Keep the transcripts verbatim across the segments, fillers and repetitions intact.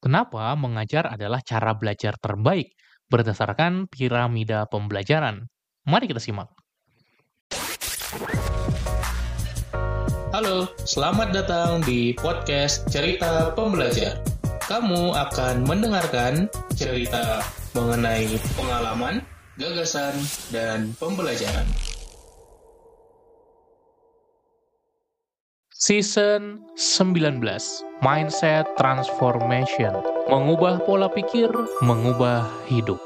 Kenapa mengajar adalah cara belajar terbaik berdasarkan piramida pembelajaran? Mari kita simak. Halo, selamat datang di podcast Cerita Pembelajar. Kamu akan mendengarkan cerita mengenai pengalaman, gagasan, dan pembelajaran. Season sembilan belas, Mindset Transformation. Mengubah pola pikir, mengubah hidup.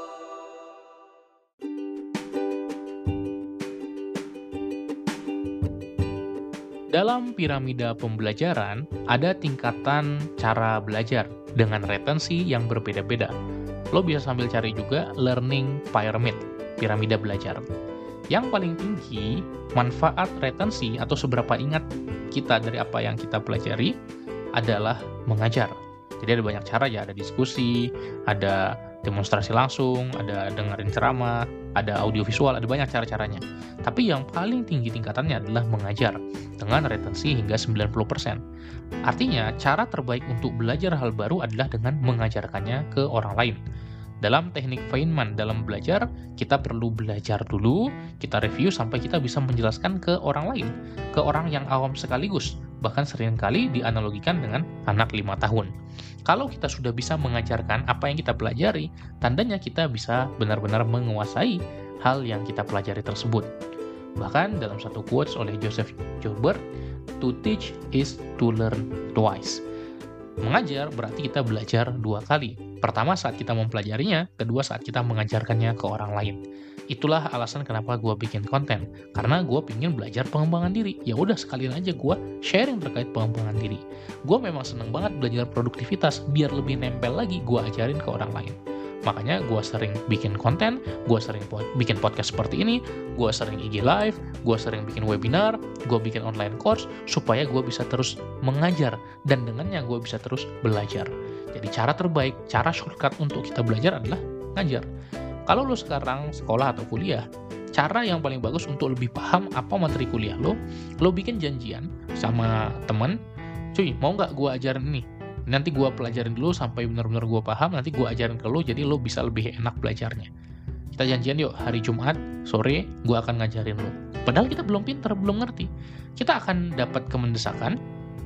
Dalam piramida pembelajaran, ada tingkatan cara belajar dengan retensi yang berbeda-beda. Lo bisa sambil cari juga learning pyramid, piramida belajar. Yang paling tinggi, manfaat retensi atau seberapa ingat kita dari apa yang kita pelajari adalah mengajar. Jadi ada banyak cara ya, ada diskusi, ada demonstrasi langsung, ada dengerin ceramah, ada audiovisual, ada banyak cara-caranya. Tapi yang paling tinggi tingkatannya adalah mengajar dengan retensi hingga sembilan puluh persen. Artinya, cara terbaik untuk belajar hal baru adalah dengan mengajarkannya ke orang lain. Dalam teknik Feynman dalam belajar, kita perlu belajar dulu, kita review sampai kita bisa menjelaskan ke orang lain, ke orang yang awam sekaligus, bahkan seringkali dianalogikan dengan anak lima tahun. Kalau kita sudah bisa mengajarkan apa yang kita pelajari, tandanya kita bisa benar-benar menguasai hal yang kita pelajari tersebut. Bahkan dalam satu quotes oleh Joseph Joubert, to teach is to learn twice. Mengajar berarti kita belajar dua kali. Pertama saat kita mempelajarinya, kedua saat kita mengajarkannya ke orang lain. Itulah alasan kenapa gue bikin konten. Karena gue pengen belajar pengembangan diri. Ya udah sekalian aja gue sharing terkait pengembangan diri. Gue memang seneng banget belajar produktivitas, biar lebih nempel lagi gue ajarin ke orang lain. Makanya gue sering bikin konten, gue sering po- bikin podcast seperti ini, gue sering I G live, gue sering bikin webinar, gue bikin online course, supaya gue bisa terus mengajar, dan dengannya gue bisa terus belajar. Jadi cara terbaik, cara shortcut untuk kita belajar adalah ngajar. Kalau lo sekarang sekolah atau kuliah, cara yang paling bagus untuk lebih paham apa materi kuliah lo, lo bikin janjian sama teman, cuy mau nggak gue ajarin ini? Nanti gue pelajarin dulu sampai benar-benar gue paham, nanti gue ajarin ke lo, jadi lo bisa lebih enak belajarnya. Kita janjian yuk, hari Jumat, sore, gue akan ngajarin lo. Padahal kita belum pinter, belum ngerti. Kita akan dapat kemendesakan,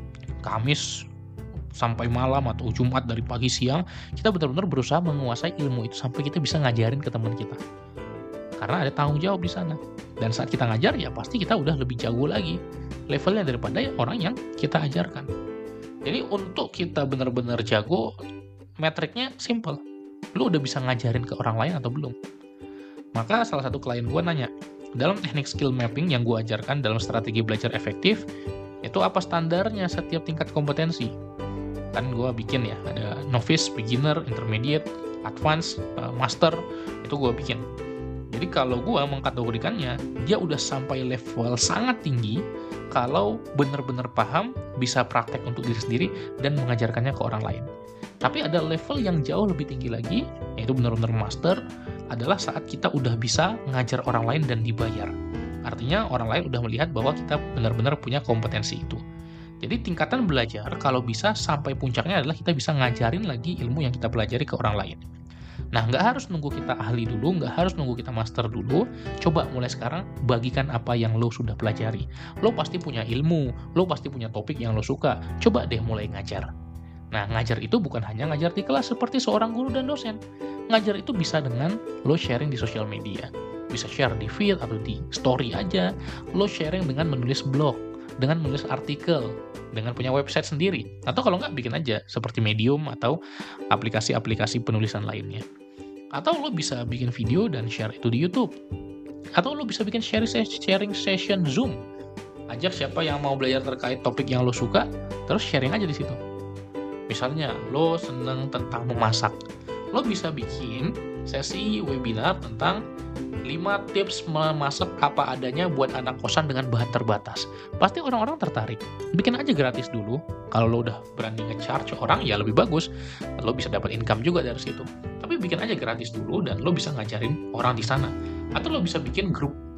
Kamis sampai malam atau Jumat dari pagi siang, kita benar-benar berusaha menguasai ilmu itu sampai kita bisa ngajarin ke teman kita. Karena ada tanggung jawab di sana. Dan saat kita ngajar, ya pasti kita udah lebih jago lagi levelnya daripada orang yang kita ajarkan. Jadi untuk kita benar-benar jago, metriknya simple. Lu udah bisa ngajarin ke orang lain atau belum? Maka salah satu klien gue nanya, dalam teknik skill mapping yang gue ajarkan dalam strategi belajar efektif, itu apa standarnya setiap tingkat kompetensi? Kan gue bikin ya, ada novice, beginner, intermediate, advance, master, itu gue bikin. Jadi kalau gue mengkategorikannya, dia udah sampai level sangat tinggi, kalau benar-benar paham, bisa praktek untuk diri sendiri, dan mengajarkannya ke orang lain. Tapi ada level yang jauh lebih tinggi lagi, yaitu benar-benar master, adalah saat kita udah bisa ngajar orang lain dan dibayar. Artinya orang lain udah melihat bahwa kita benar-benar punya kompetensi itu. Jadi tingkatan belajar, kalau bisa sampai puncaknya adalah kita bisa ngajarin lagi ilmu yang kita pelajari ke orang lain. Nah, nggak harus nunggu kita ahli dulu, nggak harus nunggu kita master dulu. Coba mulai sekarang, bagikan apa yang lo sudah pelajari. Lo pasti punya ilmu, lo pasti punya topik yang lo suka. Coba deh mulai ngajar. Nah, ngajar itu bukan hanya ngajar di kelas seperti seorang guru dan dosen. Ngajar itu bisa dengan lo sharing di sosial media. Bisa share di feed atau di story aja. Lo sharing dengan menulis blog, dengan menulis artikel, dengan punya website sendiri. Atau kalau nggak, bikin aja seperti Medium atau aplikasi-aplikasi penulisan lainnya. Atau lo bisa bikin video dan share itu di YouTube. Atau lo bisa bikin sharing session Zoom. Ajak siapa yang mau belajar terkait topik yang lo suka, terus sharing aja di situ. Misalnya, lo seneng tentang memasak. Lo bisa bikin sesi webinar tentang lima tips memasak apa adanya buat anak kosan dengan bahan terbatas. Pasti orang-orang tertarik. Bikin aja gratis dulu. Kalau lo udah berani nge-charge orang, ya lebih bagus. Lo bisa dapat income juga dari situ. Tapi bikin aja gratis dulu dan lo bisa ngajarin orang di sana. Atau lo bisa bikin grup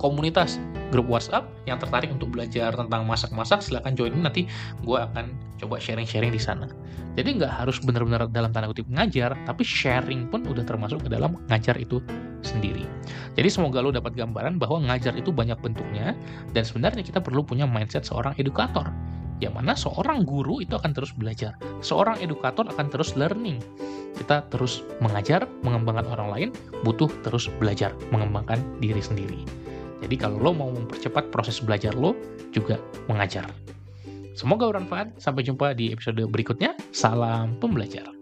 komunitas grup WhatsApp yang tertarik untuk belajar tentang masak-masak, silahkan join, nanti gue akan coba sharing-sharing di sana. Jadi nggak harus benar-benar dalam tanda kutip ngajar, tapi sharing pun udah termasuk ke dalam ngajar itu sendiri. Jadi semoga lo dapat gambaran bahwa ngajar itu banyak bentuknya, dan sebenarnya kita perlu punya mindset seorang edukator, yang mana seorang guru itu akan terus belajar, seorang edukator akan terus learning. Kita terus mengajar, mengembangkan orang lain, butuh terus belajar, mengembangkan diri sendiri. Jadi kalau lo mau mempercepat proses belajar lo, juga mengajar. Semoga bermanfaat. Sampai jumpa di episode berikutnya. Salam pembelajar.